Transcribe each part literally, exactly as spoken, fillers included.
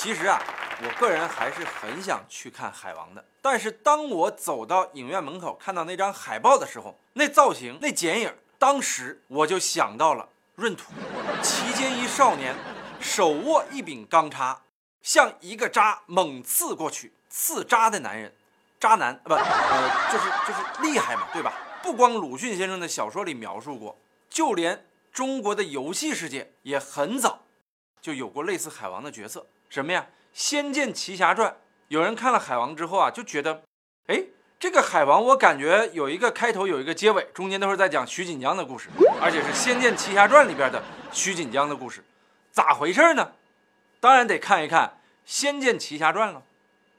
其实啊，我个人还是很想去看海王的，但是当我走到影院门口看到那张海报的时候，那造型、那剪影，当时我就想到了闰土，其间一少年，手握一柄钢叉，向一个渣猛刺过去，刺渣的男人，渣男不呃就是就是厉害嘛，对吧？不光鲁迅先生的小说里描述过，就连中国的游戏世界也很早就有过类似海王的角色。什么呀？《仙剑奇侠传》，有人看了海王之后啊，就觉得，哎，这个海王我感觉有一个开头，有一个结尾，中间都是在讲徐锦江的故事，而且是《仙剑奇侠传》里边的徐锦江的故事，咋回事呢？当然得看一看《仙剑奇侠传》了。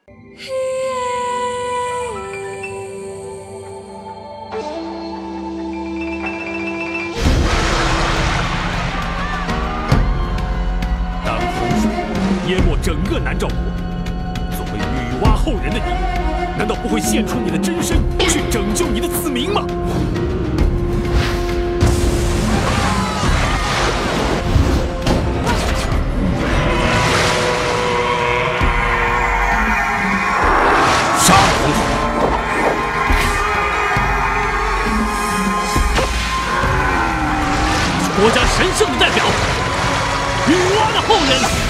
淹没整个南诏国。作为女娲后人的你，难道不会献出你的真身去拯救你的子民吗？杀红土！是国家神圣的代表，女娲的后人。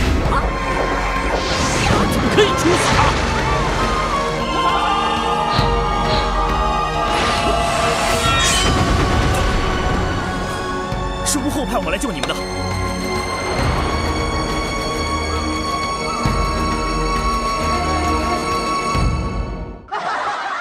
可以处死他！是吴后派我来救你们的。